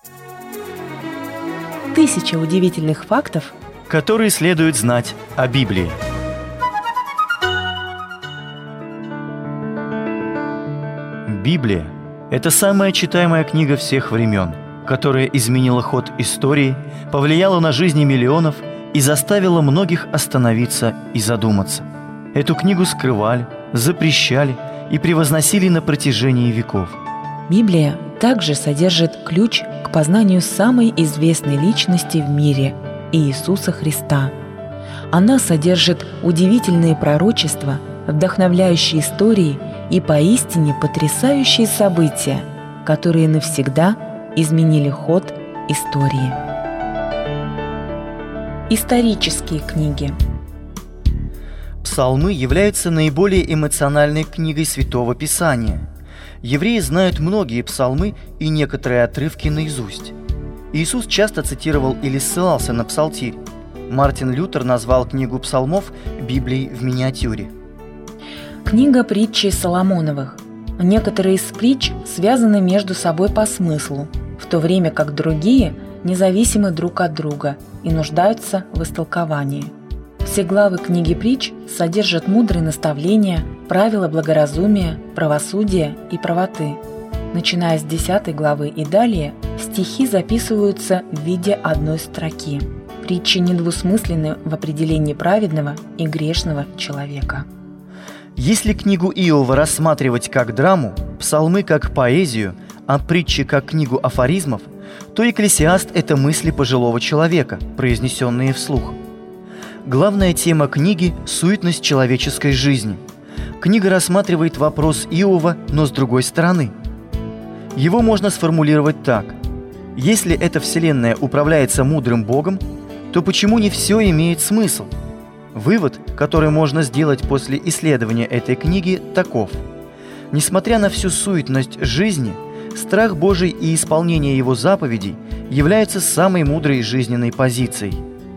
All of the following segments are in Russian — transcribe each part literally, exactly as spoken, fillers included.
Тысяча удивительных фактов, которые следует знать о Библии. Библия – это самая читаемая книга всех времен, которая изменила ход истории, повлияла на жизни миллионов и заставила многих остановиться и задуматься. Эту книгу скрывали, запрещали и превозносили на протяжении веков. Библия также содержит ключ к познанию самой известной личности в мире – Иисуса Христа. Она содержит удивительные пророчества, вдохновляющие истории и поистине потрясающие события, которые навсегда изменили ход истории. Исторические книги. Псалмы являются наиболее эмоциональной книгой Святого Писания. Евреи знают многие псалмы и некоторые отрывки наизусть. Иисус часто цитировал или ссылался на псалтирь. Мартин Лютер назвал книгу псалмов Библией в миниатюре. Книга притчи Соломоновых. Некоторые из притч связаны между собой по смыслу, в то время как другие независимы друг от друга и нуждаются в истолковании. Все главы книги притч содержат мудрые наставления, правила благоразумия, правосудия и правоты. Начиная с десятой главы и далее, стихи записываются в виде одной строки. Притчи недвусмысленны в определении праведного и грешного человека. Если книгу Иова рассматривать как драму, псалмы как поэзию, а притчи как книгу афоризмов, то Екклесиаст – это мысли пожилого человека, произнесенные вслух. Главная тема книги – суетность человеческой жизни. Книга рассматривает вопрос Иова, но с другой стороны. Его можно сформулировать так: если эта вселенная управляется мудрым Богом, то почему не все имеет смысл? Вывод, который можно сделать после исследования этой книги, таков: несмотря на всю суетность жизни, страх Божий и исполнение Его заповедей являются самой мудрой жизненной позицией.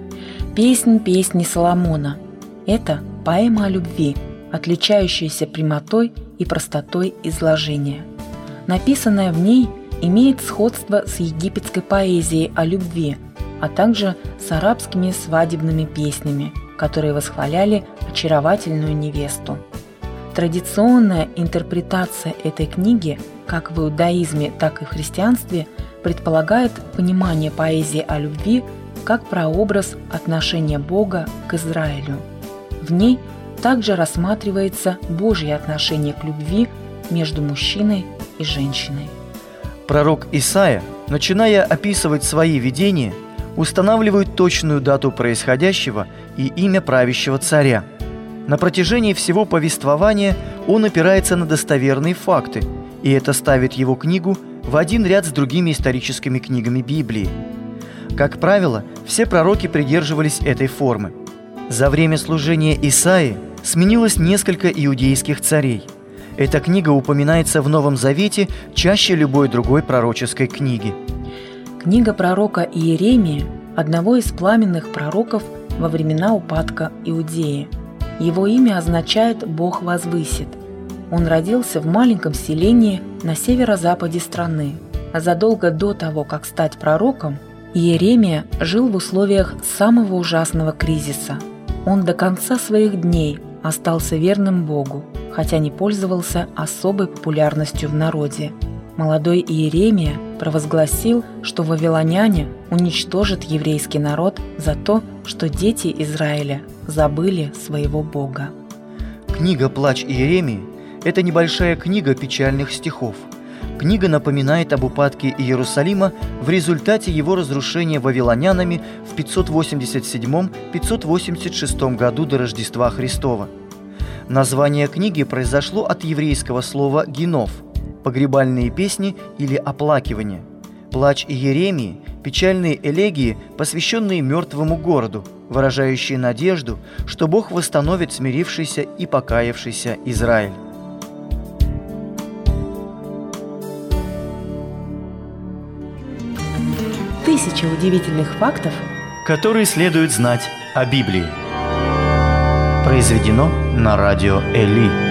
Песнь песни Соломона – это поэма о любви, отличающаяся прямотой и простотой изложения. Написанная в ней имеет сходство с египетской поэзией о любви, а также с арабскими свадебными песнями, которые восхваляли очаровательную невесту. Традиционная интерпретация этой книги, как в иудаизме, так и в христианстве, предполагает понимание поэзии о любви как прообраз отношения Бога к Израилю. В ней также рассматривается Божье отношение к любви между мужчиной и женщиной. Пророк Исаия, начиная описывать свои видения, устанавливает точную дату происходящего и имя правящего царя. На протяжении всего повествования он опирается на достоверные факты, и это ставит его книгу в один ряд с другими историческими книгами Библии. Как правило, все пророки придерживались этой формы. За время служения Исаии сменилось несколько иудейских царей. Эта книга упоминается в Новом Завете чаще любой другой пророческой книги. Книга пророка Иеремии – одного из пламенных пророков во времена упадка Иудеи. Его имя означает «Бог возвысит». Он родился в маленьком селении на северо-западе страны. А задолго до того, как стать пророком, Иеремия жил в условиях самого ужасного кризиса. Он до конца своих дней остался верным Богу, хотя не пользовался особой популярностью в народе. Молодой Иеремия провозгласил, что вавилоняне уничтожат еврейский народ за то, что дети Израиля забыли своего Бога. Книга «Плач Иеремии» – это небольшая книга печальных стихов. Книга напоминает об упадке Иерусалима в результате его разрушения вавилонянами в пятьсот восемьдесят седьмом — пятьсот восемьдесят шестом году до Рождества Христова. Название книги произошло от еврейского слова «генов» – погребальные песни или оплакивания. «Плач Иеремии» – печальные элегии, посвященные мертвому городу, выражающие надежду, что Бог восстановит смирившийся и покаявшийся Израиль. Тысяча удивительных фактов, которые следует знать о Библии. Произведено на радио Эли.